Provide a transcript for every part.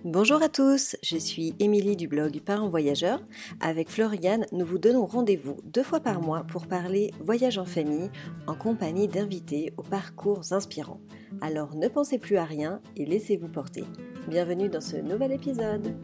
Bonjour à tous, je suis Émilie du blog Parents Voyageurs. Avec Floriane, nous vous donnons rendez-vous 2 fois par mois pour parler voyage en famille en compagnie d'invités aux parcours inspirants. Alors ne pensez plus à rien et laissez-vous porter. Bienvenue dans ce nouvel épisode.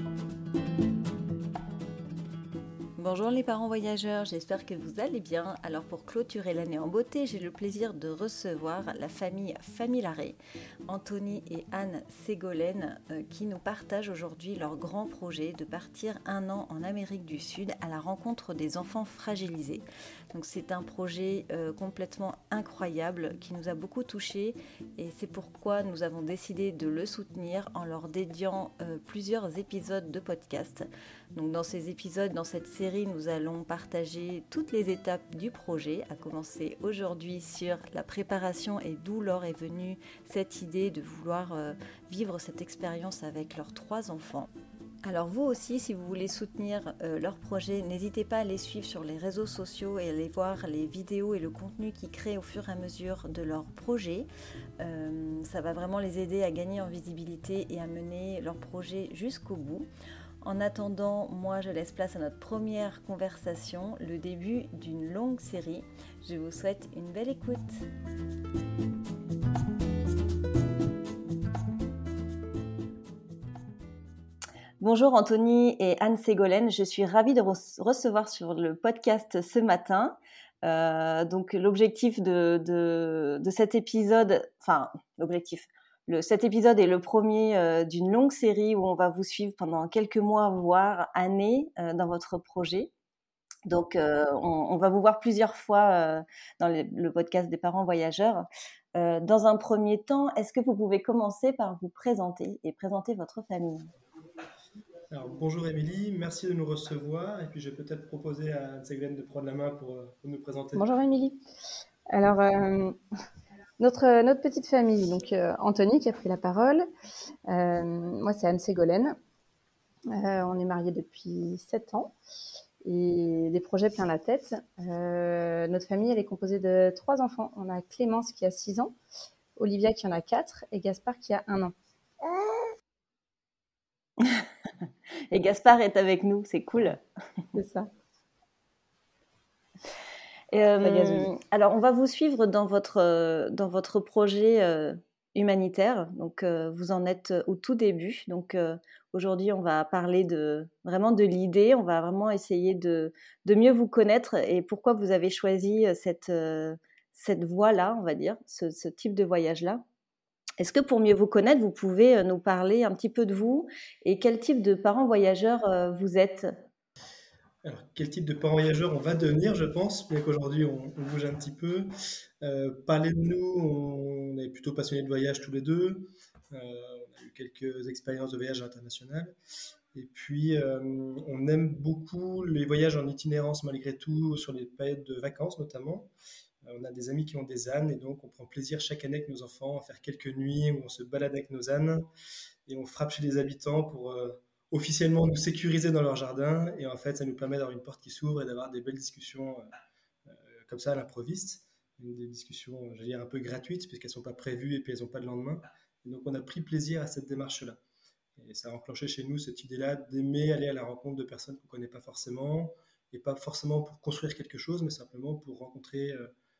Bonjour les parents voyageurs, j'espère que vous allez bien. Alors pour clôturer l'année en beauté, j'ai le plaisir de recevoir la famille Familaré, Anthony et Anne Ségolène, qui nous partagent aujourd'hui leur grand projet de partir 1 an en Amérique du Sud à la rencontre des enfants fragilisés. Donc c'est un projet complètement incroyable qui nous a beaucoup touchés et c'est pourquoi nous avons décidé de le soutenir en leur dédiant plusieurs épisodes de podcast. Donc dans ces épisodes, dans cette série, nous allons partager toutes les étapes du projet, à commencer aujourd'hui sur la préparation et d'où leur est venue cette idée de vouloir vivre cette expérience avec leurs 3 enfants. Alors vous aussi, si vous voulez soutenir leur projet, n'hésitez pas à les suivre sur les réseaux sociaux et à aller voir les vidéos et le contenu qu'ils créent au fur et à mesure de leur projet. Ça va vraiment les aider à gagner en visibilité et à mener leur projet jusqu'au bout. En attendant, moi je laisse place à notre première conversation, le début d'une longue série. Je vous souhaite une belle écoute. Bonjour Anthony et Anne Ségolène, je suis ravie de recevoir sur le podcast ce matin. Donc l'objectif de cet épisode, cet épisode est le premier d'une longue série où on va vous suivre pendant quelques mois, voire années, dans votre projet. Donc, on va vous voir plusieurs fois dans le podcast des parents voyageurs. Dans un premier temps, est-ce que vous pouvez commencer par vous présenter et présenter votre famille ? Alors, bonjour Émilie, merci de nous recevoir. Et puis, je vais peut-être proposer à Anne-Ségolène de prendre la main pour nous présenter. Bonjour Émilie. Alors, notre petite famille, donc Anthony qui a pris la parole. Moi, c'est Anne Ségolène. On est mariés depuis 7 ans et des projets plein la tête. Notre famille, elle est composée de 3 enfants. On a Clémence qui a 6 ans, Olivia qui en a 4 et Gaspard qui a 1 an. Et Gaspard est avec nous, c'est cool. C'est ça. Alors, on va vous suivre dans votre projet humanitaire. Donc, vous en êtes au tout début. Donc, aujourd'hui, on va parler vraiment de l'idée. On va vraiment essayer de mieux vous connaître et pourquoi vous avez choisi cette voie-là, on va dire, ce type de voyage-là. Est-ce que pour mieux vous connaître, vous pouvez nous parler un petit peu de vous et quel type de parents voyageurs vous êtes ? Alors, quel type de parents voyageurs on va devenir, je pense, bien qu'aujourd'hui on bouge un petit peu. Parler de nous, on est plutôt passionnés de voyage tous les deux. On a eu quelques expériences de voyage international. Et puis, on aime beaucoup les voyages en itinérance malgré tout, sur les périodes de vacances notamment. On a des amis qui ont des ânes et donc on prend plaisir chaque année avec nos enfants à faire quelques nuits où on se balade avec nos ânes et on frappe chez les habitants pour officiellement nous sécuriser dans leur jardin. Et en fait, ça nous permet d'avoir une porte qui s'ouvre et d'avoir des belles discussions comme ça à l'improviste. Des discussions, j'allais dire, un peu gratuites puisqu'elles ne sont pas prévues et puis elles n'ont pas de lendemain. Et donc on a pris plaisir à cette démarche-là. Et ça a enclenché chez nous cette idée-là d'aimer aller à la rencontre de personnes qu'on ne connaît pas forcément, et pas forcément pour construire quelque chose, mais simplement pour rencontrer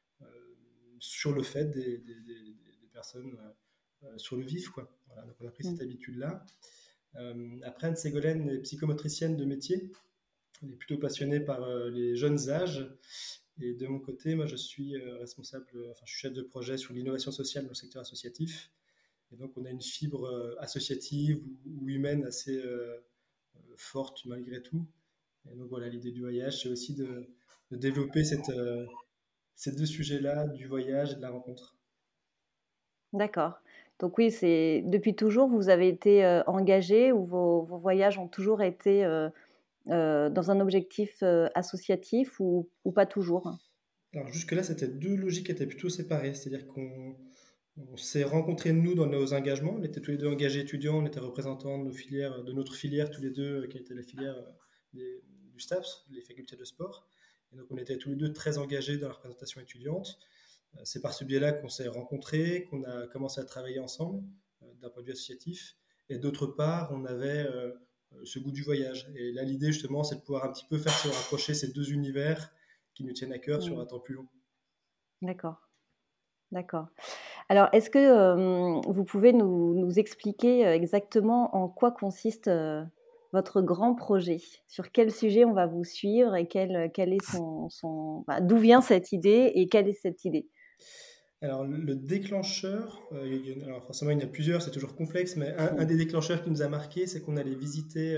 sur le fait des personnes sur le vif, quoi. Voilà, donc on a pris cette habitude-là. Après, Anne Ségolène est psychomotricienne de métier. Elle est plutôt passionnée par les jeunes âges. Et de mon côté, moi, je suis je suis chef de projet sur l'innovation sociale dans le secteur associatif. Et donc, on a une fibre associative ou humaine assez forte malgré tout. Et donc, voilà, l'idée du voyage, c'est aussi de développer ces 2 sujets-là, du voyage et de la rencontre. D'accord. Donc oui, c'est depuis toujours, vous avez été engagé ou vos voyages ont toujours été dans un objectif associatif ou pas toujours ? Alors jusque-là, c'était 2 logiques qui étaient plutôt séparées. C'est-à-dire qu'on s'est rencontrés, nous, dans nos engagements. On était tous les deux engagés étudiants, on était représentants de notre filière, tous les deux, qui était la filière du STAPS, les facultés de sport. Et donc on était tous les deux très engagés dans la représentation étudiante. C'est par ce biais-là qu'on s'est rencontrés, qu'on a commencé à travailler ensemble d'un point de vue associatif. et d'autre part, on avait ce goût du voyage. Et là, l'idée, justement, c'est de pouvoir un petit peu faire se rapprocher ces deux univers qui nous tiennent à cœur sur un temps plus long. D'accord, d'accord. Alors, est-ce que vous pouvez nous expliquer exactement en quoi consiste votre grand projet? Sur quel sujet on va vous suivre et quel est d'où vient cette idée et quelle est cette idée? Alors, le déclencheur, alors forcément, il y en a plusieurs, c'est toujours complexe, mais un des déclencheurs qui nous a marqué, c'est qu'on allait visiter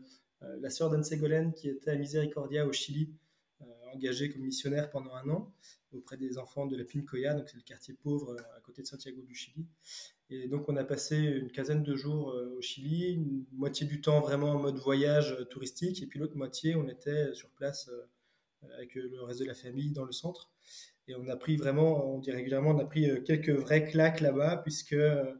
la sœur d'Anne Ségolène qui était à Misericordia au Chili, engagée comme missionnaire pendant 1 an auprès des enfants de la Pincoya, donc c'est le quartier pauvre à côté de Santiago du Chili. Et donc, on a passé une quinzaine de jours au Chili, une moitié du temps vraiment en mode voyage touristique, et puis l'autre moitié, on était sur place avec le reste de la famille dans le centre. Et on a pris vraiment, on dit régulièrement, on a pris quelques vraies claques là-bas, puisque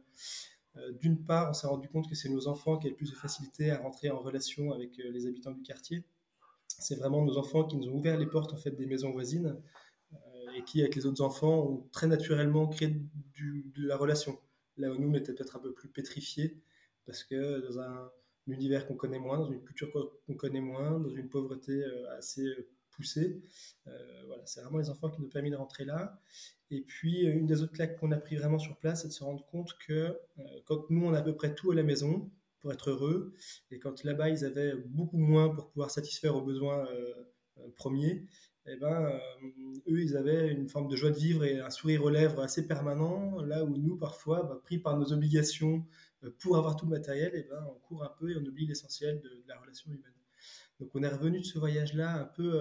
d'une part, on s'est rendu compte que c'est nos enfants qui avaient le plus de facilité à rentrer en relation avec les habitants du quartier. C'est vraiment nos enfants qui nous ont ouvert les portes en fait des maisons voisines et qui, avec les autres enfants, ont très naturellement créé de la relation. Là où nous, on était peut-être un peu plus pétrifiés, parce que dans un univers qu'on connaît moins, dans une culture qu'on connaît moins, dans une pauvreté assez poussée, voilà, c'est vraiment les enfants qui nous ont permis de rentrer là. Et puis, une des autres claques qu'on a pris vraiment sur place, c'est de se rendre compte que quand nous, on a à peu près tout à la maison pour être heureux, et quand là-bas, ils avaient beaucoup moins pour pouvoir satisfaire aux besoins premiers, eh ben, eux, ils avaient une forme de joie de vivre et un sourire aux lèvres assez permanent, là où nous, parfois, pris par nos obligations pour avoir tout le matériel, eh ben, on court un peu et on oublie l'essentiel de la relation humaine. Donc on est revenu de ce voyage-là un peu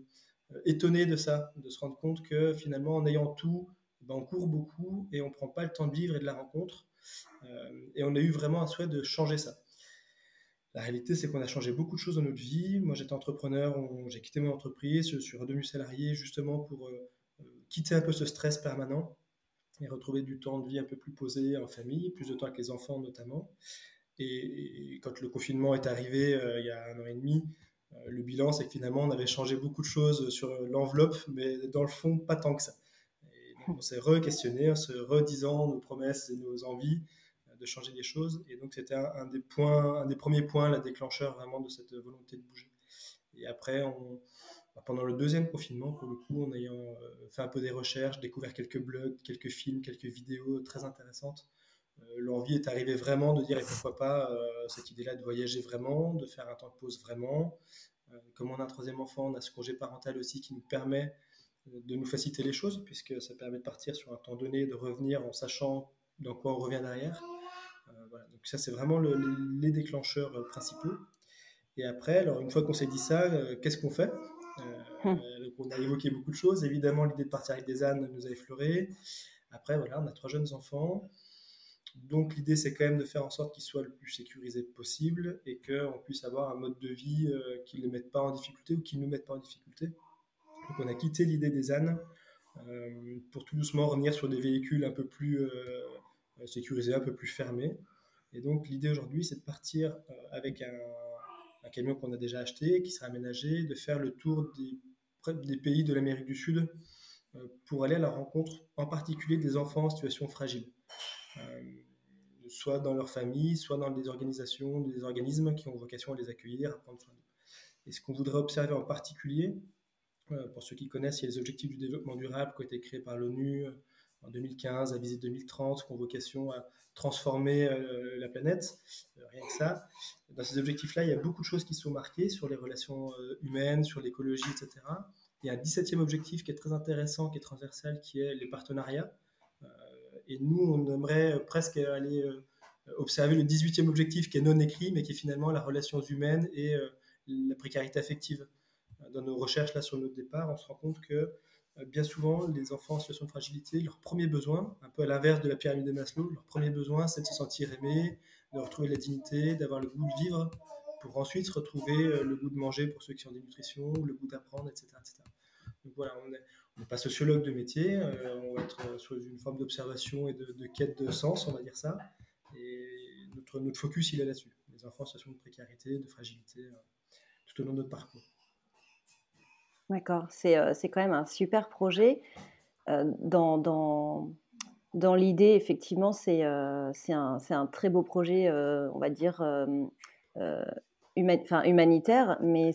étonné de ça, de se rendre compte que finalement, en ayant tout, ben, on court beaucoup et on ne prend pas le temps de vivre et de la rencontre. Et on a eu vraiment un souhait de changer ça. La réalité, c'est qu'on a changé beaucoup de choses dans notre vie. Moi, j'étais entrepreneur, j'ai quitté mon entreprise, je suis redevenu salarié justement pour quitter un peu ce stress permanent et retrouver du temps de vie un peu plus posé en famille, plus de temps avec les enfants notamment. Et quand le confinement est arrivé il y a 1 an et demi, le bilan, c'est que finalement, on avait changé beaucoup de choses sur l'enveloppe, mais dans le fond, pas tant que ça. Et donc, on s'est re-questionné en se redisant nos promesses et nos envies de changer des choses. Et donc, c'était un des points, un des premiers points, la déclencheur vraiment de cette volonté de bouger. Et après, pendant le deuxième confinement, pour le coup, en ayant fait un peu des recherches, découvert quelques blogs, quelques films, quelques vidéos très intéressantes, l'envie est arrivée vraiment de dire et pourquoi pas cette idée-là de voyager vraiment, de faire un temps de pause vraiment. Comme on a un troisième enfant, on a ce congé parental aussi qui nous permet de nous faciliter les choses, puisque ça permet de partir sur un temps donné, de revenir en sachant dans quoi on revient derrière. Voilà. Donc ça, c'est vraiment les déclencheurs principaux. Et après, alors une fois qu'on s'est dit ça, qu'est-ce qu'on fait donc on a évoqué beaucoup de choses. Évidemment, l'idée de partir avec des ânes nous a effleuré. Après, voilà, on a 3 jeunes enfants. Donc l'idée, c'est quand même de faire en sorte qu'ils soient le plus sécurisés possible et qu'on puisse avoir un mode de vie qui ne les mette pas en difficulté ou qui ne nous mette pas en difficulté. Donc on a quitté l'idée des ânes pour tout doucement revenir sur des véhicules un peu plus sécurisés, un peu plus fermés. Et donc l'idée aujourd'hui, c'est de partir avec un camion qu'on a déjà acheté, qui sera aménagé, de faire le tour des pays de l'Amérique du Sud pour aller à la rencontre en particulier des enfants en situation fragile. Soit dans leur famille, soit dans des organisations, des organismes qui ont vocation à les accueillir, à prendre soin d'eux. Et ce qu'on voudrait observer en particulier, pour ceux qui connaissent, il y a les objectifs du développement durable qui ont été créés par l'ONU en 2015, à viser 2030, qui ont vocation à transformer la planète, rien que ça. Dans ces objectifs-là, il y a beaucoup de choses qui sont marquées sur les relations humaines, sur l'écologie, etc. Il y a un 17e objectif qui est très intéressant, qui est transversal, qui est les partenariats. Et nous, on aimerait presque aller observer le 18e objectif qui est non écrit, mais qui est finalement la relation humaine et la précarité affective. Dans nos recherches là sur notre départ, on se rend compte que bien souvent, les enfants en situation de fragilité, leur premier besoin, un peu à l'inverse de la pyramide de Maslow, leur premier besoin, c'est de se sentir aimé, de retrouver la dignité, d'avoir le goût de vivre, pour ensuite retrouver le goût de manger pour ceux qui ont des nutritions, le goût d'apprendre, etc., etc. Donc voilà, on n'est pas sociologue de métier, on va être sur une forme d'observation et de quête de sens, on va dire ça. Et notre focus, il est là-dessus. Les enfants en situation de précarité, de fragilité, tout au long de notre parcours. D'accord, c'est quand même un super projet. Dans dans l'idée, effectivement, c'est un très beau projet, on va dire, euh, humanitaire, mais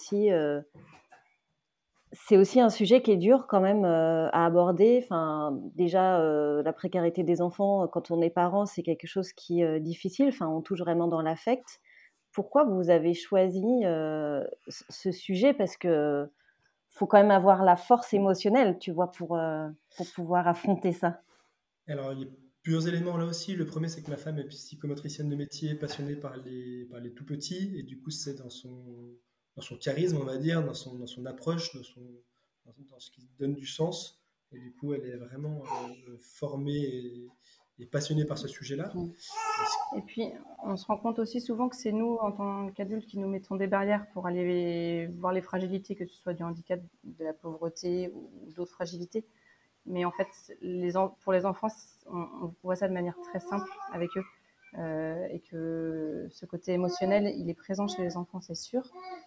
c'est aussi un sujet qui est dur quand même à aborder. Enfin, déjà, la précarité des enfants, quand on est parent, c'est quelque chose qui est difficile. Enfin, on touche vraiment dans l'affect. Pourquoi vous avez choisi ce sujet? Parce que faut quand même avoir la force émotionnelle, tu vois, pour pouvoir affronter ça. Alors, il y a plusieurs éléments là aussi. Le premier, c'est que ma femme est psychomotricienne de métier, passionnée par les tout petits, et du coup, c'est dans son charisme, on va dire, dans son approche, dans ce qui donne du sens. Et du coup, elle est vraiment formée et passionnée par ce sujet-là. Mm. Et puis, on se rend compte aussi souvent que c'est nous, en tant qu'adultes, qui nous mettons des barrières pour aller voir les fragilités, que ce soit du handicap, de la pauvreté ou d'autres fragilités. Mais en fait, pour les enfants, on voit ça de manière très simple avec eux. Et que ce côté émotionnel, il est présent chez les enfants, c'est sûr,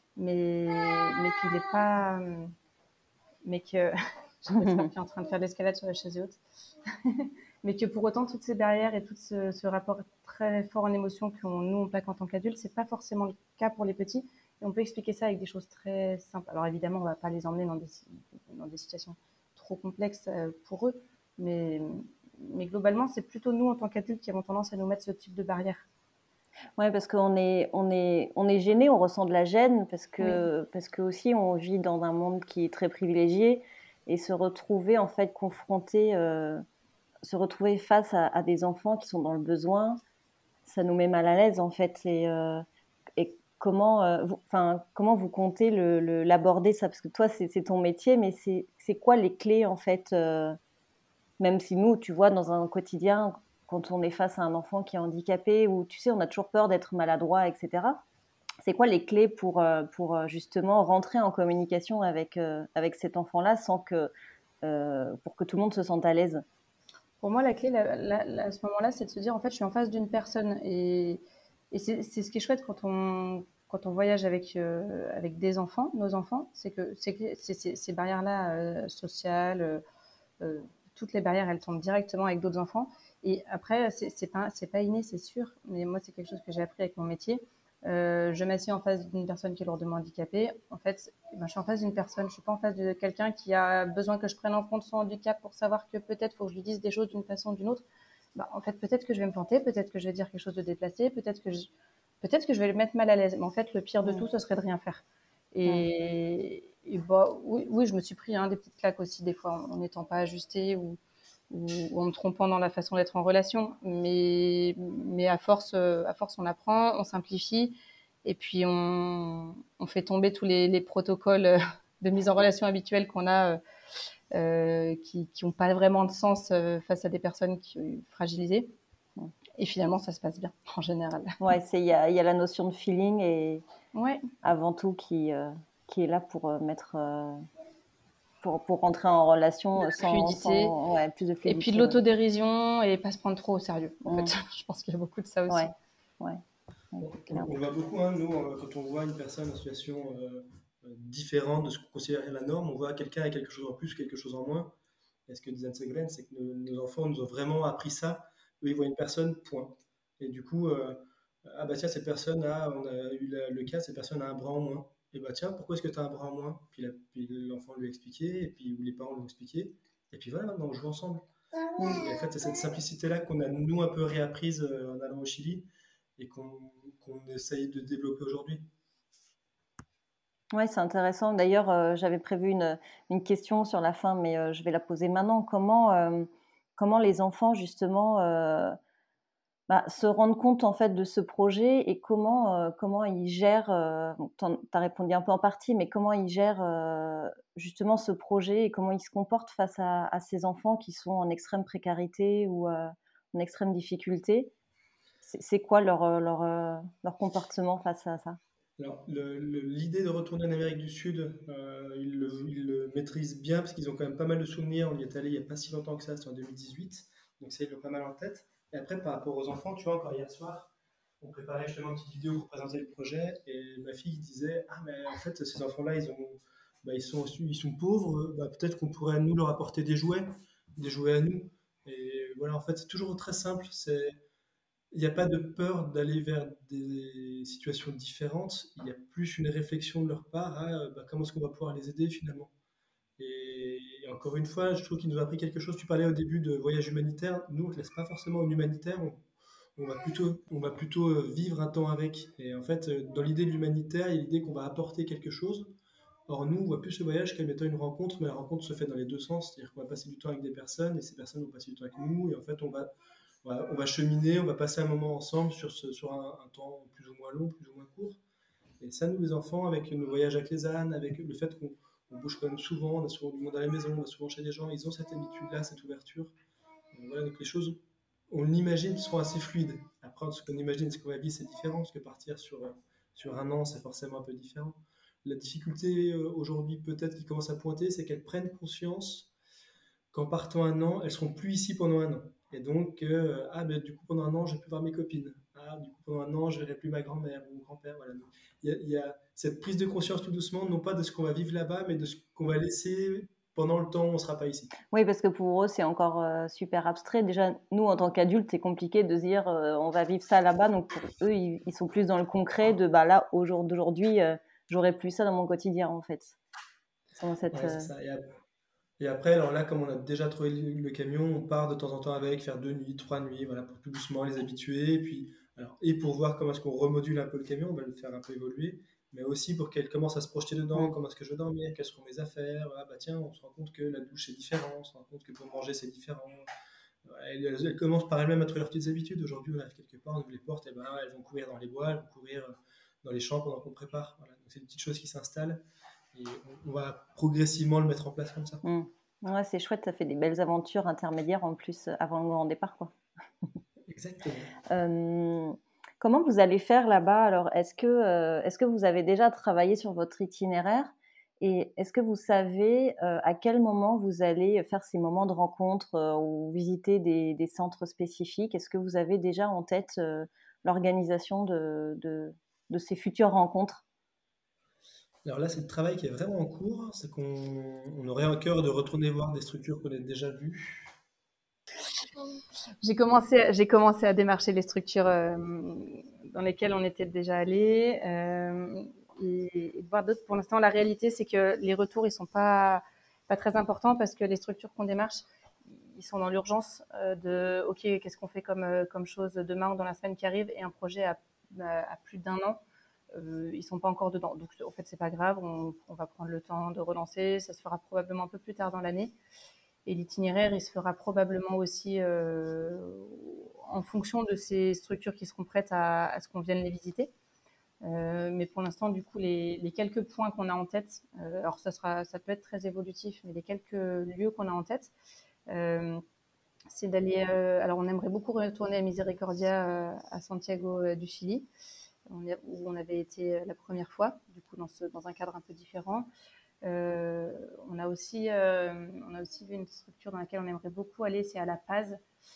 mais qu'il n'est pas. Mais que. J'espère qu'il est en train de faire de l'escalade sur la chaise haute. Mais que pour autant, toutes ces barrières et tout ce rapport très fort en émotion que nous, on plaque en tant qu'adultes, c'est pas forcément le cas pour les petits. Et on peut expliquer ça avec des choses très simples. Alors évidemment, on va pas les emmener dans des situations trop complexes pour eux, mais, mais globalement, c'est plutôt nous, en tant qu'adultes, qui avons tendance à nous mettre ce type de barrière. Ouais, parce on est gêné, on ressent de la gêne, Oui. parce que aussi on vit dans un monde qui est très privilégié, et se retrouver en fait confronté, se retrouver face à des enfants qui sont dans le besoin, ça nous met mal à l'aise en fait. Et comment, comment vous comptez l'aborder ça? Parce que toi, c'est ton métier, mais c'est quoi les clés en fait, même si nous, tu vois, dans un quotidien, quand on est face à un enfant qui est handicapé, ou tu sais, on a toujours peur d'être maladroit, etc. C'est quoi les clés pour justement rentrer en communication avec cet enfant-là pour que tout le monde se sente à l'aise? Pour moi, la clé, à ce moment-là, c'est de se dire, en fait, je suis en face d'une personne. Et c'est ce qui est chouette quand on voyage avec des enfants, nos enfants, c'est que ces barrières-là sociales, euh, toutes les barrières, elles tombent directement avec d'autres enfants. Et après, c'est pas inné, c'est sûr, mais moi, c'est quelque chose que j'ai appris avec mon métier. Je m'assieds en face d'une personne qui est lourdement handicapée. En fait, ben, je suis en face d'une personne, je suis pas en face de quelqu'un qui a besoin que je prenne en compte son handicap pour savoir que peut-être faut que je lui dise des choses d'une façon ou d'une autre. Ben, en fait, peut-être que je vais me planter, peut-être que je vais dire quelque chose de déplacé, peut-être que je vais le mettre mal à l'aise. Mais en fait, le pire de tout, ce serait de rien faire. Mm. Et bah, oui, oui, je me suis pris des petites claques aussi, des fois, en n'étant pas ajustée ou en me trompant dans la façon d'être en relation. Mais à force, on apprend, on simplifie, et puis on fait tomber tous les protocoles de mise en relation habituels qu'on a, qui n'ont pas vraiment de sens face à des personnes fragilisées. Et finalement, ça se passe bien, en général. Ouais, il y a la notion de feeling et Ouais, avant tout qui est là pour pour rentrer en relation fluidité. ouais, plus de Et puis de fluidité. Ouais. l'autodérision et pas se prendre trop au sérieux. En fait, Mm. je pense qu'il y a beaucoup de ça aussi. Ouais, ouais, ouais, On clairement. voit beaucoup, hein, nous, quand on voit une personne en situation différente de ce qu'on considère la norme, on voit quelqu'un avec quelque chose en plus, quelque chose en moins. Et ce que disait Anne-Ségolène, c'est que nos enfants nous ont vraiment appris ça. Eux, ils voient une personne, point. Et du coup, ah bah tiens, cette personne on a eu le cas, cette personne a un bras en moins. Et bah tiens, pourquoi est-ce que tu as un bras en moins? Puis l'enfant lui a expliqué, et puis ou les parents lui ont expliqué. Et puis voilà, maintenant on joue ensemble. Et en fait, c'est cette simplicité-là qu'on a, nous, un peu réapprise en allant au Chili et qu'on essaye de développer aujourd'hui. Ouais, c'est intéressant. D'ailleurs, j'avais prévu une question sur la fin, mais je vais la poser maintenant. Comment les enfants, justement, se rendent compte en fait de ce projet, et comment ils gèrent, tu as répondu un peu en partie, mais comment ils gèrent justement ce projet, et comment ils se comportent face à ces enfants qui sont en extrême précarité ou en extrême difficulté? C'est quoi leur comportement face à ça? Alors, l'idée de retourner en Amérique du Sud, ils le maîtrisent bien parce qu'ils ont quand même pas mal de souvenirs. On y est allé il n'y a pas si longtemps que ça, c'était en 2018. Donc, ça, ils l'ont pas mal en tête. Et après, par rapport aux enfants, tu vois, encore hier soir, on préparait justement une petite vidéo pour présenter le projet. Et ma fille disait: Ah, mais en fait, ces enfants-là, ils sont pauvres. Bah, peut-être qu'on pourrait, nous, leur apporter des jouets à nous. Et voilà, en fait, c'est toujours très simple. Il n'y a pas de peur d'aller vers des situations différentes. Il y a plus une réflexion de leur part à comment est-ce qu'on va pouvoir les aider finalement. Et encore une fois, je trouve qu'il nous a appris quelque chose. Tu parlais au début de voyage humanitaire. Nous, on ne te laisse pas forcément en humanitaire. On va plutôt vivre un temps avec. Et en fait, dans l'idée de l'humanitaire, il y a l'idée qu'on va apporter quelque chose. Or, nous, on voit plus ce voyage comme étant une rencontre, mais la rencontre se fait dans les deux sens. C'est-à-dire qu'on va passer du temps avec des personnes et ces personnes vont passer du temps avec nous. Et en fait, on va cheminer, on va passer un moment ensemble sur un temps plus ou moins long, plus ou moins court. Et ça, nous, les enfants, avec nos voyages avec les ânes, avec le fait qu'on bouge quand même souvent, on a souvent du monde à la maison, on va souvent chez des gens, ils ont cette habitude-là, cette ouverture. Voilà, donc les choses, on l'imagine, sont assez fluides. Après, ce qu'on imagine, ce qu'on va vivre, c'est différent, parce que partir sur un an, c'est forcément un peu différent. La difficulté aujourd'hui, peut-être, qui commence à pointer, c'est qu'elles prennent conscience qu'en partant un an, elles seront plus ici pendant un an. Et donc, du coup, pendant un an, je vais plus voir mes copines. Ah, du coup, pendant un an, je verrai plus ma grand-mère ou mon grand-père. Voilà. Donc, il y a cette prise de conscience tout doucement, non pas de ce qu'on va vivre là-bas, mais de ce qu'on va laisser pendant le temps où on ne sera pas ici. Oui, parce que pour eux, c'est encore super abstrait. Déjà, nous, en tant qu'adultes, c'est compliqué de se dire on va vivre ça là-bas. Donc, pour eux, ils sont plus dans le concret de là, au jour d'aujourd'hui, j'aurais plus ça dans mon quotidien, en fait. Ouais, c'est ça. Et après, alors là, comme on a déjà trouvé le camion, on part de temps en temps avec, faire 2 nuits, 3 nuits, voilà, pour tout doucement les habituer. Et pour voir comment est-ce qu'on remodule un peu le camion, on va le faire un peu évoluer, mais aussi pour qu'elle commence à se projeter dedans, comment est-ce que je veux dormir, quelles seront mes affaires. Ah bah tiens, on se rend compte que la douche c'est différent, on se rend compte que pour manger c'est différent. Voilà, elles commencent par elles-mêmes à trouver leurs petites habitudes. Aujourd'hui, on arrive quelque part, on ouvre les portes, et ben, elles vont courir dans les bois, elles vont courir dans les champs pendant qu'on prépare. Voilà. Donc c'est des petites choses qui s'installent et on va progressivement le mettre en place comme ça. Ouais, c'est chouette, ça fait des belles aventures intermédiaires en plus avant le grand départ, quoi. Exactement. Comment vous allez faire là-bas? Alors, est-ce que vous avez déjà travaillé sur votre itinéraire et est-ce que vous savez à quel moment vous allez faire ces moments de rencontre ou visiter des centres spécifiques? Est-ce que vous avez déjà en tête l'organisation de ces futures rencontres? Alors là, c'est le travail qui est vraiment en cours. C'est qu'on aurait à cœur de retourner voir des structures qu'on a déjà vues. J'ai commencé à démarcher les structures dans lesquelles on était déjà allé et voir d'autres. Pour l'instant, la réalité, c'est que les retours, ils sont pas très importants parce que les structures qu'on démarche, ils sont dans l'urgence de OK, qu'est-ce qu'on fait comme chose demain ou dans la semaine qui arrive, et un projet à plus d'un an. Ils sont pas encore dedans. Donc, en fait, c'est pas grave. On va prendre le temps de relancer. Ça se fera probablement un peu plus tard dans l'année. Et l'itinéraire, il se fera probablement aussi en fonction de ces structures qui seront prêtes à ce qu'on vienne les visiter. Mais pour l'instant, du coup, les quelques points qu'on a en tête, alors ça peut être très évolutif, mais les quelques lieux qu'on a en tête, c'est d'aller. Alors, on aimerait beaucoup retourner à Misericordia à Santiago du Chili, où on avait été la première fois, du coup, dans un cadre un peu différent. On a aussi vu une structure dans laquelle on aimerait beaucoup aller, c'est à La Paz,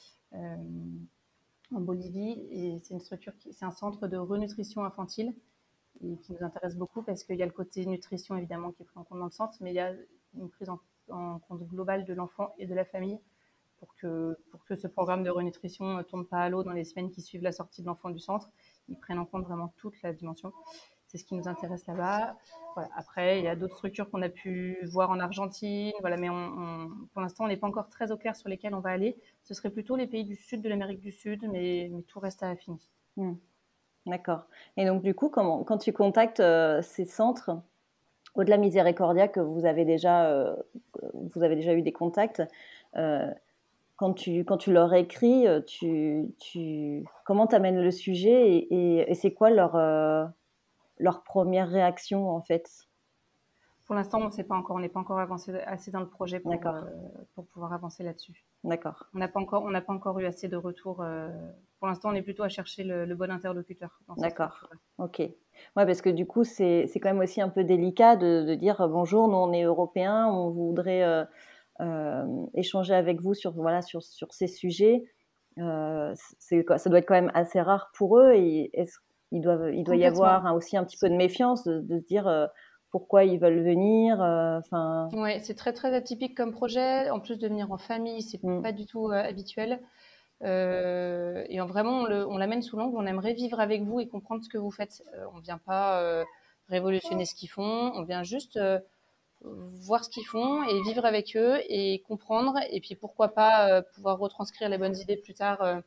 en Bolivie, et c'est une structure c'est un centre de renutrition infantile et qui nous intéresse beaucoup parce qu'il y a le côté nutrition évidemment qui est pris en compte dans le centre, mais il y a une prise en compte globale de l'enfant et de la famille pour que ce programme de renutrition ne tombe pas à l'eau dans les semaines qui suivent la sortie de l'enfant du centre. Ils prennent en compte vraiment toute la dimension. C'est ce qui nous intéresse là-bas. Voilà. Après, il y a d'autres structures qu'on a pu voir en Argentine, voilà, mais pour l'instant, on n'est pas encore très au clair sur lesquelles on va aller. Ce serait plutôt les pays du sud de l'Amérique du Sud, mais tout reste à affiner. D'accord. Et donc, du coup, quand tu contactes ces centres, au-delà Misericordia, que vous avez déjà eu des contacts, quand tu leur écris, comment tu amènes le sujet et c'est quoi leur première réaction, en fait? Pour l'instant, on ne sait pas encore. On n'est pas encore avancé assez dans le projet pour pouvoir avancer là-dessus. D'accord. On n'a pas encore eu assez de retours. Pour l'instant, on est plutôt à chercher le bon interlocuteur. D'accord. Ok. Ouais, parce que du coup, c'est quand même aussi un peu délicat de dire bonjour, nous on est Européens, on voudrait échanger avec vous sur ces sujets. Ça doit être quand même assez rare pour eux. Et il doit y avoir aussi un petit peu de méfiance de se dire pourquoi ils veulent venir. Enfin. Ouais, c'est très très atypique comme projet. En plus de venir en famille, c'est pas du tout habituel. Et vraiment, on l'amène sous l'angle. On aimerait vivre avec vous et comprendre ce que vous faites. On vient pas révolutionner ce qu'ils font. On vient juste voir ce qu'ils font et vivre avec eux et comprendre. Et puis pourquoi pas pouvoir retranscrire les bonnes idées plus tard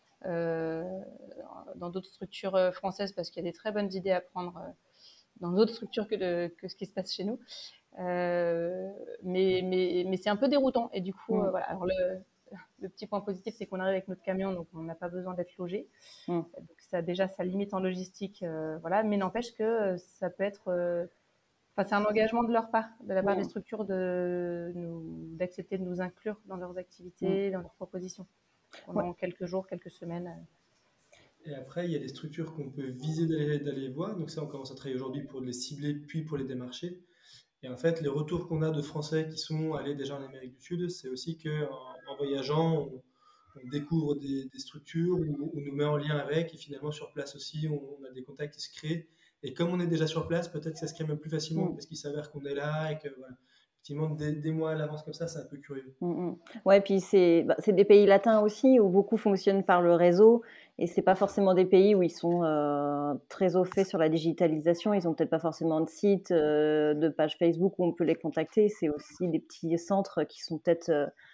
dans d'autres structures françaises, parce qu'il y a des très bonnes idées à prendre dans d'autres structures que ce qui se passe chez nous. Mais c'est un peu déroutant. Et du coup, voilà. Alors le petit point positif, c'est qu'on arrive avec notre camion, donc on n'a pas besoin d'être logé. Donc ça limite en logistique, voilà. Mais n'empêche que ça peut être, c'est un engagement de leur part, de la part des structures, d'accepter de nous inclure dans leurs activités, dans leurs propositions, pendant quelques jours, quelques semaines. Et après, il y a des structures qu'on peut viser d'aller voir. Donc ça, on commence à travailler aujourd'hui pour les cibler, puis pour les démarcher. Et en fait, les retours qu'on a de Français qui sont allés déjà en Amérique du Sud, c'est aussi qu'en voyageant, on découvre des structures, on nous met en lien avec, et finalement sur place aussi, on a des contacts qui se créent. Et comme on est déjà sur place, peut-être que ça se crée même plus facilement, parce qu'il s'avère qu'on est là et que voilà. Effectivement, des mois à l'avance comme ça, c'est un peu curieux. Ouais, puis c'est des pays latins aussi où beaucoup fonctionnent par le réseau, et c'est pas forcément des pays où ils sont très au fait sur la digitalisation. Ils ont peut-être pas forcément de site, de page Facebook où on peut les contacter. C'est aussi des petits centres qui sont peut-être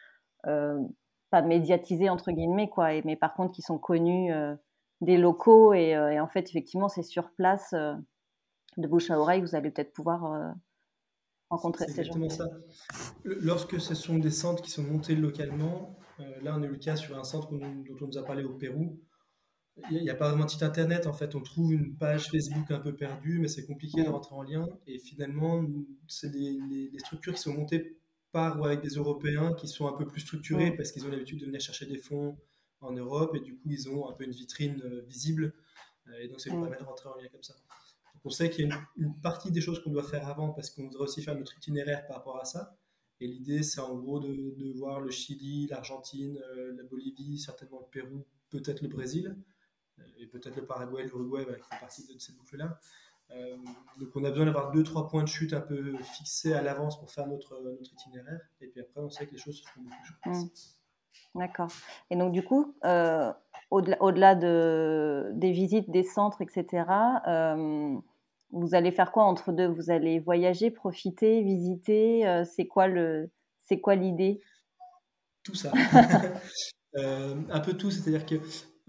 pas médiatisés entre guillemets, quoi, mais par contre qui sont connus des locaux, et en fait effectivement c'est sur place, de bouche à oreille, vous allez peut-être pouvoir rencontrer ces gens. C'est exactement ça. Lorsque ce sont des centres qui sont montés localement, là on a eu le cas sur un centre dont on nous a parlé au Pérou. Il n'y a pas vraiment de site internet, en fait. On trouve une page Facebook un peu perdue, mais c'est compliqué de rentrer en lien. Et finalement, c'est les structures qui sont montées par ou avec des Européens qui sont un peu plus structurés parce qu'ils ont l'habitude de venir chercher des fonds en Europe, et du coup, ils ont un peu une vitrine visible. Et donc, ça nous permet de rentrer en lien comme ça. Donc, on sait qu'il y a une partie des choses qu'on doit faire avant parce qu'on voudrait aussi faire notre itinéraire par rapport à ça. Et l'idée, c'est en gros de voir le Chili, l'Argentine, la Bolivie, certainement le Pérou, peut-être le Brésil, et peut-être le Paraguay, l'Uruguay, qui font partie de cette boucle-là. Donc on a besoin d'avoir 2-3 points de chute un peu fixés à l'avance pour faire notre itinéraire, et puis après on sait que les choses se font beaucoup sur place. D'accord. Et donc du coup, au-delà des visites, des centres, etc., vous allez faire quoi entre deux? Vous allez voyager, profiter, visiter, c'est quoi l'idée? Tout ça. Un peu tout, c'est-à-dire que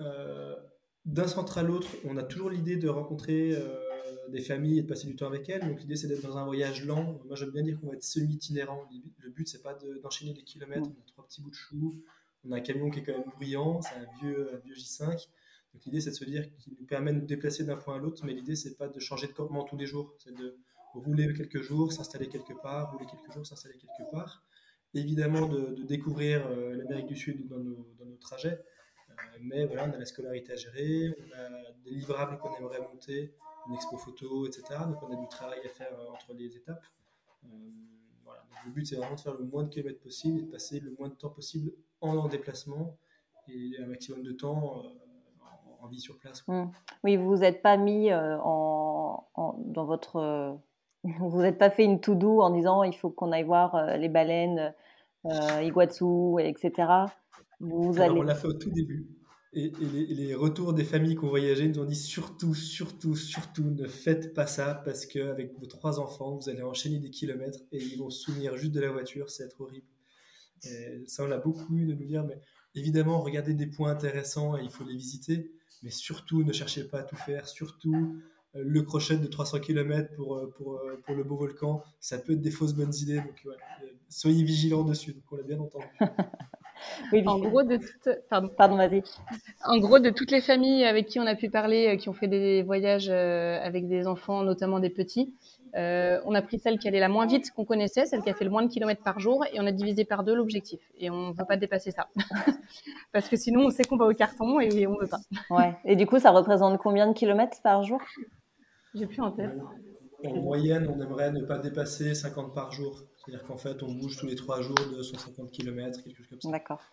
d'un centre à l'autre, on a toujours l'idée de rencontrer des familles et de passer du temps avec elles. Donc l'idée, c'est d'être dans un voyage lent. Moi, j'aime bien dire qu'on va être semi-itinérant. Le but, c'est pas d'enchaîner des kilomètres. On a 3 petits bouts de chou. On a un camion qui est quand même bruyant. C'est un vieux J5. Donc l'idée, c'est de se dire qu'il nous permet de nous déplacer d'un point à l'autre. Mais l'idée, c'est pas de changer de campement tous les jours. C'est de rouler quelques jours, s'installer quelque part, rouler quelques jours, s'installer quelque part. Évidemment, de découvrir l'Amérique du Sud dans nos trajets. Mais voilà, on a la scolarité à gérer, on a des livrables qu'on aimerait monter, une expo photo, etc. Donc on a du travail à faire entre les étapes. Voilà. Donc le but, c'est vraiment de faire le moins de kilomètres possible et de passer le moins de temps possible en déplacement, et un maximum de temps en vie sur place. Oui, vous vous êtes pas mis dans votre... vous vous êtes pas fait une to-do en disant il faut qu'on aille voir les baleines, Iguazu, etc. Alors, on l'a fait au tout début. Et les retours des familles qui ont voyagé nous ont dit surtout, surtout, surtout, ne faites pas ça, parce qu'avec vos 3 enfants, vous allez enchaîner des kilomètres et ils vont se souvenir juste de la voiture, c'est être horrible. Et ça, on l'a beaucoup eu de nous dire, mais évidemment, regardez des points intéressants et il faut les visiter, mais surtout, ne cherchez pas à tout faire, surtout le crochet de 300 km pour le beau volcan, ça peut être des fausses bonnes idées, donc ouais, soyez vigilants dessus, donc on l'a bien entendu. Oui, En gros, Pardon, vas-y. En gros, de toutes les familles avec qui on a pu parler, qui ont fait des voyages avec des enfants, notamment des petits, on a pris celle qui allait la moins vite qu'on connaissait, celle qui a fait le moins de kilomètres par jour, et on a divisé par 2 l'objectif. Et on ne veut pas dépasser ça. Parce que sinon, on sait qu'on va au carton et on ne veut pas. Ouais. Et du coup, ça représente combien de kilomètres par jour? J'ai plus en tête. En moyenne, on aimerait ne pas dépasser 50 par jour. C'est-à-dire qu'en fait, on bouge tous les 3 jours de 150 km, quelque chose comme ça. D'accord.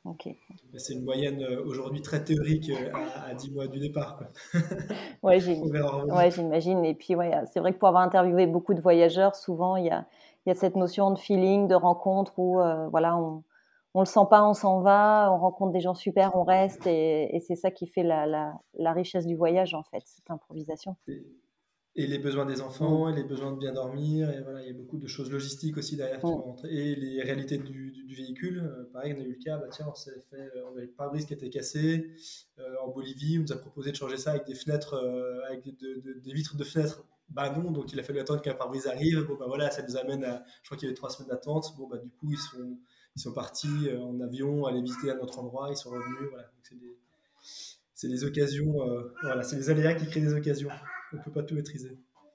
Ok. Mais c'est une moyenne aujourd'hui très théorique à 10 mois du départ, quoi. Ouais, On verra revenir. ouais, j'imagine. Et puis, ouais, c'est vrai que pour avoir interviewé beaucoup de voyageurs, souvent, il y a cette notion de feeling, de rencontre où, voilà, on le sent pas, on s'en va, on rencontre des gens super, on reste. Et c'est ça qui fait la richesse du voyage, en fait, cette improvisation. Et les besoins des Mm. enfants, et les besoins de bien dormir, et voilà, il y a beaucoup de choses logistiques aussi derrière qui Mm. vont rentrer. Et les réalités du véhicule, pareil, on a eu le cas, bah tiens, on avait le pare-brise qui était cassé en Bolivie, on nous a proposé de changer ça avec des fenêtres, avec des vitres de fenêtres. Bah non, donc il a fallu attendre qu'un pare-brise arrive. Bon bah voilà, ça nous amène à, je crois qu'il y avait 3 semaines d'attente. Bon bah du coup ils sont partis en avion, aller visiter un autre endroit, ils sont revenus. Voilà, donc c'est des occasions, voilà, c'est les aléas qui créent des occasions. On ne peut pas tout maîtriser.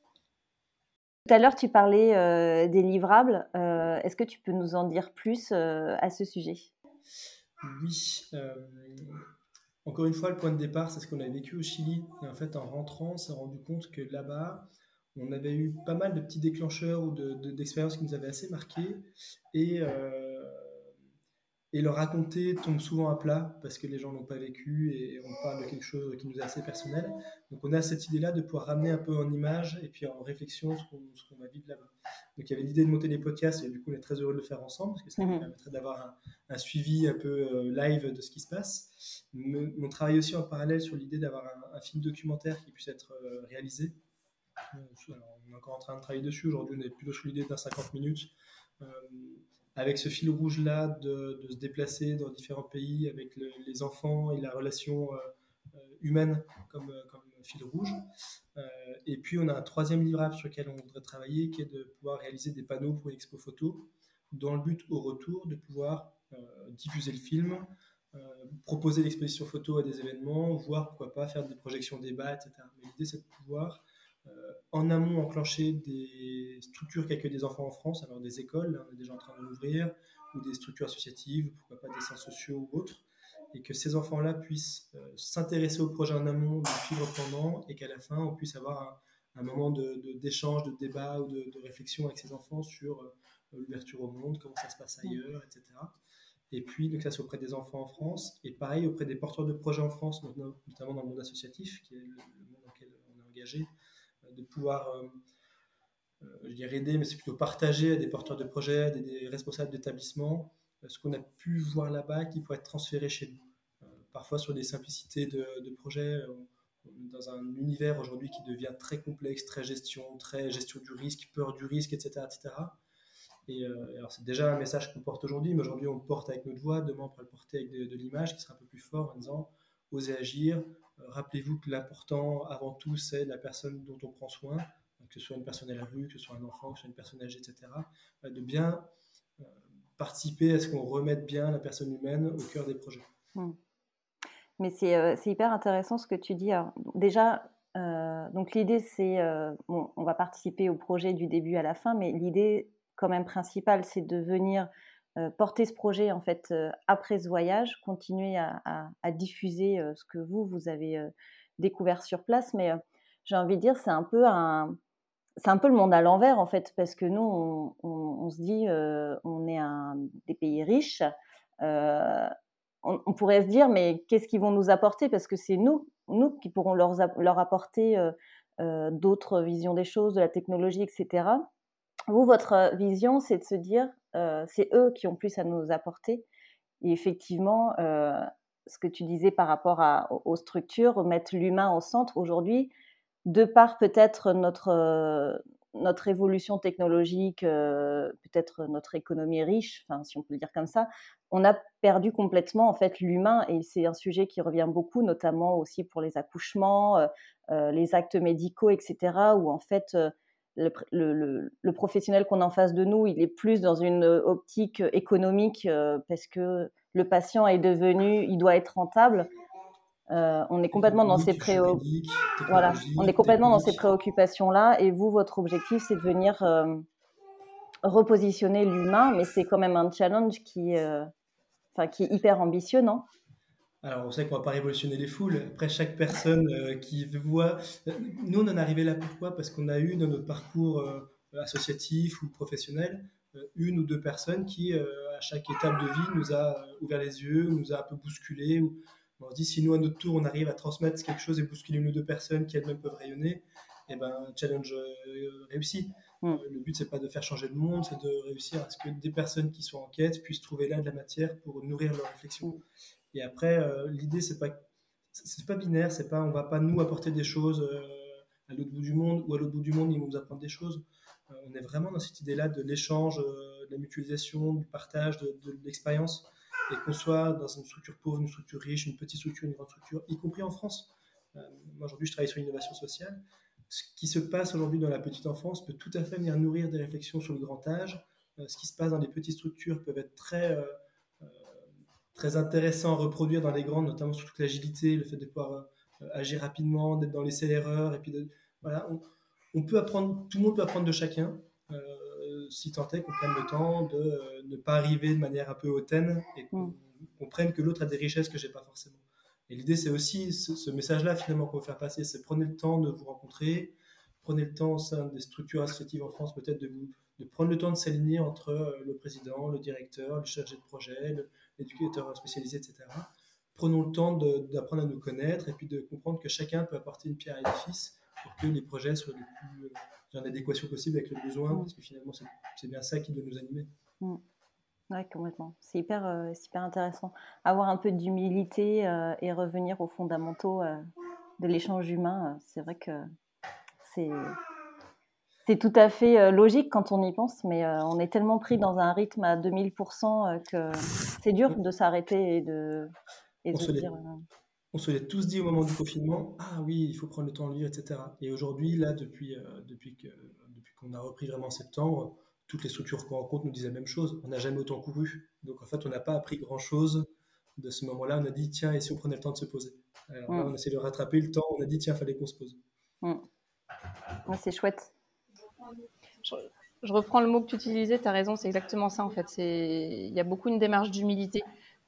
Tout à l'heure, tu parlais des livrables. Est-ce que tu peux nous en dire plus à ce sujet? Oui. Encore une fois, le point de départ, c'est ce qu'on a vécu au Chili. Et en fait, en rentrant, on s'est rendu compte que là-bas, on avait eu pas mal de petits déclencheurs ou d'expériences qui nous avaient assez marqués. Et, euh, et leur raconter tombe souvent à plat parce que les gens n'ont pas vécu et on parle de quelque chose qui nous est assez personnel. Donc on a cette idée-là de pouvoir ramener un peu en image et puis en réflexion ce qu'on va vivre là-bas. Donc il y avait l'idée de monter des podcasts et du coup on est très heureux de le faire ensemble parce que ça nous permettrait d'avoir un suivi un peu live de ce qui se passe. Mais on travaille aussi en parallèle sur l'idée d'avoir un film documentaire qui puisse être réalisé. Alors, on est encore en train de travailler dessus. Aujourd'hui on est plutôt sur l'idée d'un 50 minutes. Euh, avec ce fil rouge-là de se déplacer dans différents pays avec les enfants et la relation humaine comme fil rouge. Et puis on a un troisième livrable sur lequel on voudrait travailler qui est de pouvoir réaliser des panneaux pour une expo photo dans le but au retour de pouvoir diffuser le film, proposer l'exposition photo à des événements, voire pourquoi pas faire des projections débats, etc. Mais l'idée c'est de pouvoir en amont enclencher des structures qui accueillent des enfants en France, alors des écoles, là, on est déjà en train de l'ouvrir, ou des structures associatives, pourquoi pas des centres sociaux ou autres, et que ces enfants-là puissent s'intéresser au projet en amont, le suivre pendant, et qu'à la fin, on puisse avoir un moment d'échange, de débat ou de réflexion avec ces enfants sur l'ouverture au monde, comment ça se passe ailleurs, etc. Et puis, donc ça, c'est auprès des enfants en France, et pareil auprès des porteurs de projets en France, notamment dans le monde associatif, qui est le monde dans lequel on est engagé, de pouvoir, je dirais aider, mais c'est plutôt partager à des porteurs de projets, des responsables d'établissements, ce qu'on a pu voir là-bas qui pourrait être transféré chez nous. Parfois sur des simplicités de projets, on est dans un univers aujourd'hui qui devient très complexe, très gestion du risque, peur du risque, etc. etc. Et alors c'est déjà un message qu'on porte aujourd'hui, mais aujourd'hui on le porte avec notre voix, demain on pourra le porter avec de l'image qui sera un peu plus fort en disant osez agir, rappelez-vous que l'important avant tout c'est la personne dont on prend soin, que ce soit une personne à la rue, que ce soit un enfant, que ce soit une personne âgée, etc. De bien participer à ce qu'on remette bien la personne humaine au cœur des projets. Mais c'est hyper intéressant ce que tu dis. Alors, déjà, donc l'idée c'est, bon, on va participer au projet du début à la fin, mais l'idée quand même principale, c'est de venir porter ce projet en fait après ce voyage, continuer à diffuser ce que vous avez découvert sur place. Mais j'ai envie de dire, c'est un peu le monde à l'envers en fait, parce que nous, on se dit, on est des pays riches. Euh, on pourrait se dire, mais qu'est-ce qu'ils vont nous apporter? Parce que c'est nous qui pourrons leur apporter d'autres visions des choses, de la technologie, etc. Vous, votre vision, c'est de se dire, c'est eux qui ont plus à nous apporter. Et effectivement, ce que tu disais par rapport aux structures, mettre l'humain au centre aujourd'hui, de par peut-être notre évolution technologique, peut-être notre économie riche, enfin, si on peut le dire comme ça, on a perdu complètement en fait l'humain et c'est un sujet qui revient beaucoup, notamment aussi pour les accouchements, les actes médicaux, etc. Où en fait le professionnel qu'on a en face de nous, il est plus dans une optique économique parce que le patient est devenu, il doit être rentable. On est complètement dans ces juridique, voilà, on est complètement dans ces technique. préoccupations-là. Et vous, votre objectif, c'est de venir repositionner l'humain, mais c'est quand même un challenge qui est hyper ambitieux, non? Alors, on sait qu'on ne va pas révolutionner les foules. Après, chaque personne qui voit. Nous, on en est arrivé là pourquoi? Parce qu'on a eu dans notre parcours associatif ou professionnel une ou deux personnes qui, à chaque étape de vie, nous a ouvert les yeux, nous a un peu bousculé. On se dit, si nous, à notre tour, on arrive à transmettre quelque chose et bousculer une ou deux personnes qui elles-mêmes peuvent rayonner, et ben, challenge réussi. Le but, c'est pas de faire changer le monde, c'est de réussir à ce que des personnes qui sont en quête puissent trouver là de la matière pour nourrir leur réflexion. Et après, l'idée, c'est pas binaire, c'est pas, on va pas nous apporter des choses à l'autre bout du monde, ou à l'autre bout du monde, ils vont nous apprendre des choses. On est vraiment dans cette idée-là de l'échange, de la mutualisation, du partage, de l'expérience, et qu'on soit dans une structure pauvre, une structure riche, une petite structure, une grande structure, y compris en France. Moi, aujourd'hui, je travaille sur l'innovation sociale. Ce qui se passe aujourd'hui dans la petite enfance peut tout à fait venir nourrir des réflexions sur le grand âge. Ce qui se passe dans les petites structures peut être très intéressant à reproduire dans les grandes, notamment sur toute l'agilité, le fait de pouvoir agir rapidement, d'être dans l'essai-erreur, et puis voilà, on peut apprendre, tout le monde peut apprendre de chacun, si tant est qu'on prenne le temps de ne pas arriver de manière un peu hautaine et qu'on comprenne que l'autre a des richesses que j'ai pas forcément. Et l'idée, c'est aussi ce message-là, finalement, qu'on veut faire passer, c'est prenez le temps de vous rencontrer, prenez le temps au sein des structures associatives en France, peut-être de prendre le temps de s'aligner entre le président, le directeur, le chargé de projet, l'éducateur spécialisé, etc. Prenons le temps d'apprendre à nous connaître et puis de comprendre que chacun peut apporter une pierre à l'édifice pour que les projets soient le plus en adéquation possible avec le besoin, parce que finalement, c'est bien ça qui doit nous animer. Oui, complètement. C'est hyper intéressant. Avoir un peu d'humilité et revenir aux fondamentaux de l'échange humain, c'est vrai que c'est tout à fait logique quand on y pense, mais on est tellement pris dans un rythme à 2000% que c'est dur de s'arrêter et de dire... On se l'est tous dit au moment du confinement, ah oui, il faut prendre le temps de vivre, etc. Et aujourd'hui, là, depuis qu'on a repris vraiment en septembre, toutes les structures qu'on rencontre nous disent la même chose. On n'a jamais autant couru. Donc en fait, on n'a pas appris grand-chose de ce moment-là. On a dit, tiens, et si on prenait le temps de se poser? Alors là, on essaie de rattraper le temps. On a dit, tiens, il fallait qu'on se pose. Ouais, c'est chouette. Je reprends le mot que tu utilisais, tu as raison, c'est exactement ça en fait. Il y a beaucoup une démarche d'humilité.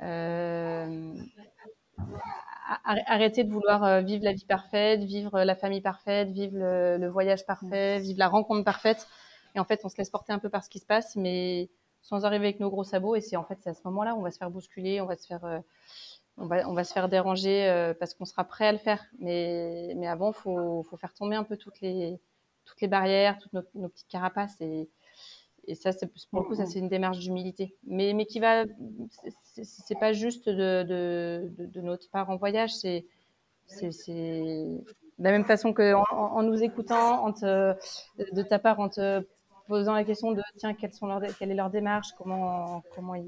Arrêter de vouloir vivre la vie parfaite, vivre la famille parfaite, vivre le voyage parfait, vivre la rencontre parfaite. Et en fait, on se laisse porter un peu par ce qui se passe, mais sans arriver avec nos gros sabots. Et c'est à ce moment-là où on va se faire bousculer, on va se faire déranger parce qu'on sera prêt à le faire. Mais avant, faut faire tomber un peu toutes les barrières, toutes nos petites carapaces. Et ça, pour le coup, ça c'est une démarche d'humilité, mais qui va, c'est pas juste de notre part en voyage, c'est de la même façon que en nous écoutant, de ta part, en te posant la question de tiens, quelle est leur démarche, comment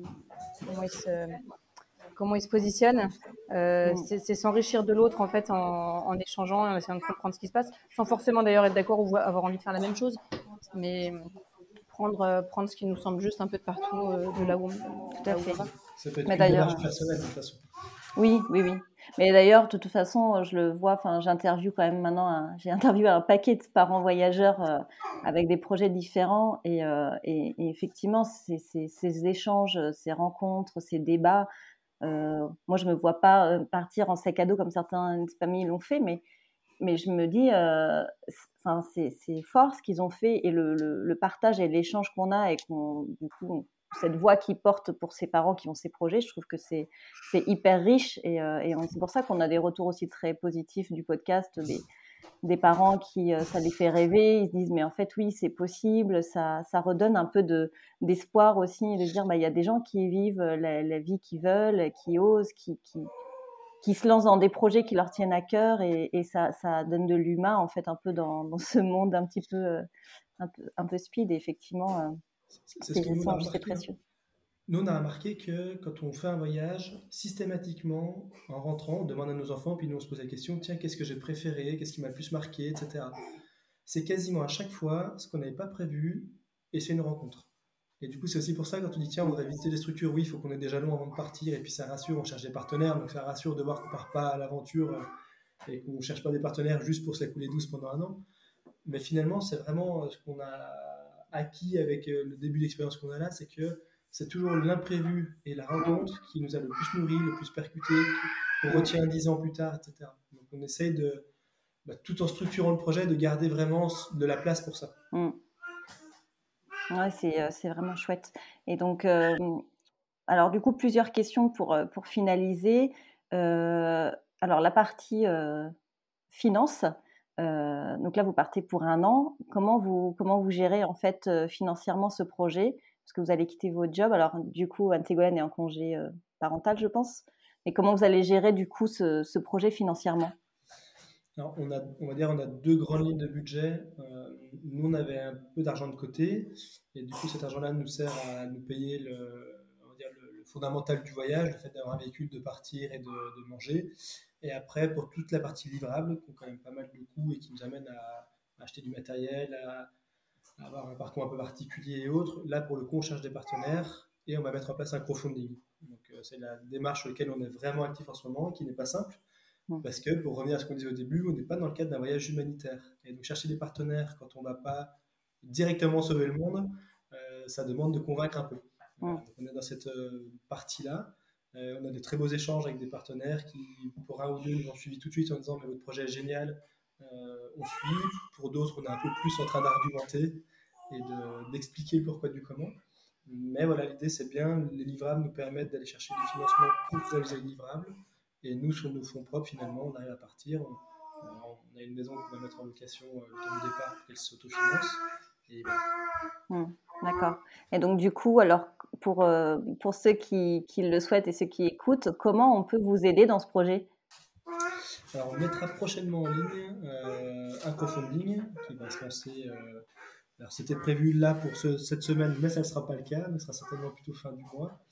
ils se positionnent, c'est s'enrichir de l'autre en fait en échangeant, en essayant de comprendre ce qui se passe, sans forcément d'ailleurs être d'accord ou avoir envie de faire la même chose, mais prendre ce qui nous semble juste un peu de partout, de là où on va. Ça peut être une démarche personnelle de toute façon. Oui. Mais d'ailleurs, de toute façon, je le vois, j'interviewe quand même maintenant, j'ai interviewé un paquet de parents voyageurs avec des projets différents et effectivement, ces échanges, ces rencontres, ces débats, moi, je me vois pas partir en sac à dos comme certaines familles l'ont fait, mais je me dis, c'est fort ce qu'ils ont fait et le partage et l'échange qu'on a et du coup, cette voix qui porte pour ces parents qui ont ces projets, je trouve que c'est hyper riche et c'est pour ça qu'on a des retours aussi très positifs du podcast, des parents qui ça les fait rêver, ils se disent mais en fait oui c'est possible, ça redonne un peu d'espoir aussi de dire il y a des gens qui vivent la vie qu'ils veulent, qui osent, qui se lancent dans des projets qui leur tiennent à cœur et ça donne de l'humain en fait un peu dans ce monde un petit peu un peu speed et effectivement c'est précieux. Nous on a remarqué que quand on fait un voyage, systématiquement en rentrant on demande à nos enfants puis nous on se pose la question tiens qu'est-ce que j'ai préféré, qu'est-ce qui m'a le plus marqué, etc. C'est quasiment à chaque fois ce qu'on n'avait pas prévu et c'est une rencontre. Et du coup, c'est aussi pour ça, quand on dit tiens, on voudrait visiter des structures, oui, il faut qu'on ait des jalons avant de partir, et puis ça rassure, on cherche des partenaires, donc ça rassure de voir qu'on ne part pas à l'aventure et qu'on ne cherche pas des partenaires juste pour se la couler douce pendant un an. Mais finalement, c'est vraiment ce qu'on a acquis avec le début d'expérience qu'on a là, c'est que c'est toujours l'imprévu et la rencontre qui nous a le plus nourri, le plus percuté, qu'on retient 10 ans plus tard, etc. Donc on essaye tout en structurant le projet, de garder vraiment de la place pour ça. Ouais, c'est vraiment chouette. Et donc, alors du coup, plusieurs questions pour finaliser. Alors la partie finance, donc là, vous partez pour 1 an. Comment vous gérez en fait financièrement ce projet? Parce que vous allez quitter votre job. Alors du coup, Anne-Ségolène est en congé parental, je pense. Mais comment vous allez gérer du coup ce projet financièrement? Alors, on va dire, on a 2 grandes lignes de budget. Nous, on avait un peu d'argent de côté, et du coup, cet argent-là nous sert à nous payer on va dire le fondamental du voyage, le fait d'avoir un véhicule, de partir et de manger. Et après, pour toute la partie livrable, qui ont quand même pas mal de coûts et qui nous amène à acheter du matériel, à avoir un parcours un peu particulier et autres, là, pour le coup, on cherche des partenaires et on va mettre en place un crowdfunding. Donc, c'est la démarche sur laquelle on est vraiment actif en ce moment, qui n'est pas simple. Parce que, pour revenir à ce qu'on disait au début, on n'est pas dans le cadre d'un voyage humanitaire. Et donc, chercher des partenaires quand on ne va pas directement sauver le monde, ça demande de convaincre un peu. Donc, on est dans cette partie-là. On a des très beaux échanges avec des partenaires qui, pour 1 ou 2, nous ont suivis tout de suite en disant « mais votre projet est génial, on suit ». Pour d'autres, on est un peu plus en train d'argumenter et d'expliquer pourquoi du comment. Mais voilà, l'idée, c'est bien, les livrables nous permettent d'aller chercher du financement pour réaliser les livrables. Et nous, sur nos fonds propres, finalement, on arrive à partir. On a une maison qu'on va mettre en location le temps du départ pour qu'elle s'autofinance. Et voilà. D'accord. Et donc, du coup, alors, pour ceux qui le souhaitent et ceux qui écoutent, comment on peut vous aider dans ce projet? Alors, on mettra prochainement en ligne un crowdfunding qui va se lancer. Alors, c'était prévu là pour cette semaine, mais ça ne sera pas le cas, mais ce sera certainement plutôt fin du mois.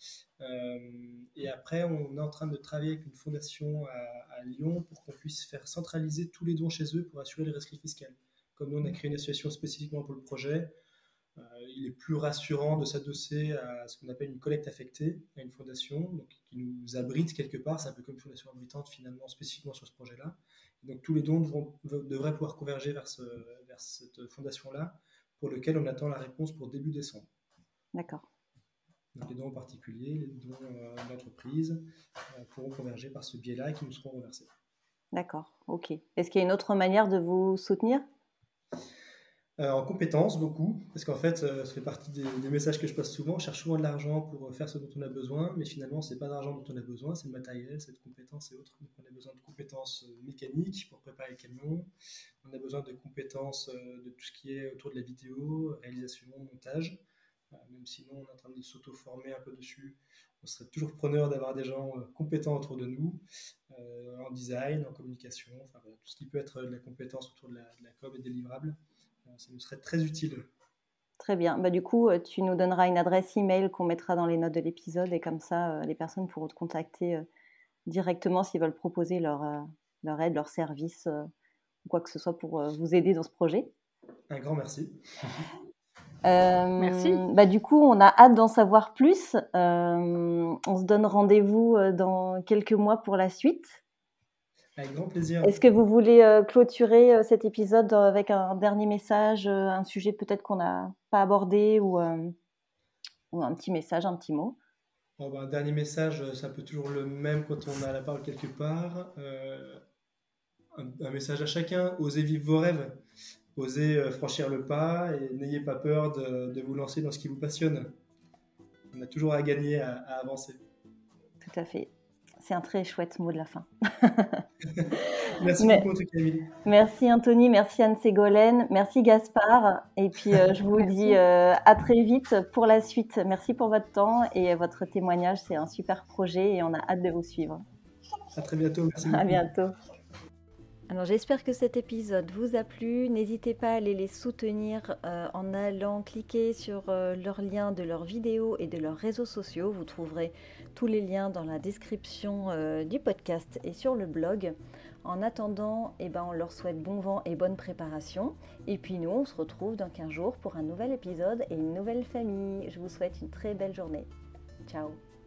Et après, on est en train de travailler avec une fondation à Lyon pour qu'on puisse faire centraliser tous les dons chez eux pour assurer le rescrit fiscal. Comme nous, on a créé une association spécifiquement pour le projet, il est plus rassurant de s'adosser à ce qu'on appelle une collecte affectée, à une fondation donc, qui nous abrite quelque part. C'est un peu comme une fondation abritante finalement, spécifiquement sur ce projet-là. Et donc tous les dons devraient pouvoir converger vers cette fondation-là, pour lequel on attend la réponse pour début décembre. D'accord. Donc les dons en particulier, les dons d'entreprise pourront converger par ce biais-là et qui nous seront reversés. D'accord, ok. Est-ce qu'il y a une autre manière de vous soutenir? En compétences, beaucoup, parce qu'en fait, ça fait partie des messages que je passe souvent. On cherche souvent de l'argent pour faire ce dont on a besoin, mais finalement, ce n'est pas d'argent dont on a besoin, c'est de matériel, c'est de compétences et autres. Donc, on a besoin de compétences mécaniques pour préparer le camion. On a besoin de compétences de tout ce qui est autour de la vidéo, réalisation, montage. Même si nous, on est en train de s'auto-former un peu dessus, on serait toujours preneur d'avoir des gens compétents autour de nous, en design, en communication, enfin, voilà, tout ce qui peut être de la compétence autour de la com et des livrables. Ça nous serait très utile. Très bien. Du coup, tu nous donneras une adresse email qu'on mettra dans les notes de l'épisode et comme ça, les personnes pourront te contacter directement s'ils veulent proposer leur aide, leur service ou quoi que ce soit pour vous aider dans ce projet. Un grand merci. Merci. Du coup, on a hâte d'en savoir plus. On se donne rendez-vous dans quelques mois pour la suite. Avec grand plaisir. Est-ce que vous voulez clôturer cet épisode avec un dernier message, un sujet peut-être qu'on n'a pas abordé ou un petit message, un petit mot? Un dernier message, c'est un peu toujours le même quand on a la parole quelque part. Un message à chacun, osez vivre vos rêves, osez franchir le pas et n'ayez pas peur de vous lancer dans ce qui vous passionne. On a toujours à gagner à avancer. Tout à fait. C'est un très chouette mot de la fin. Merci beaucoup en tout cas, Émilie. Merci Anthony, merci Anne-Ségolène, merci Gaspard. Et puis je vous dis à très vite pour la suite. Merci pour votre temps et votre témoignage. C'est un super projet et on a hâte de vous suivre. À très bientôt. Merci beaucoup. À bientôt. Alors j'espère que cet épisode vous a plu. N'hésitez pas à aller les soutenir en allant cliquer sur leurs liens de leurs vidéos et de leurs réseaux sociaux. Vous trouverez tous les liens dans la description du podcast et sur le blog. En attendant, on leur souhaite bon vent et bonne préparation. Et puis nous, on se retrouve dans 15 jours pour un nouvel épisode et une nouvelle famille. Je vous souhaite une très belle journée. Ciao.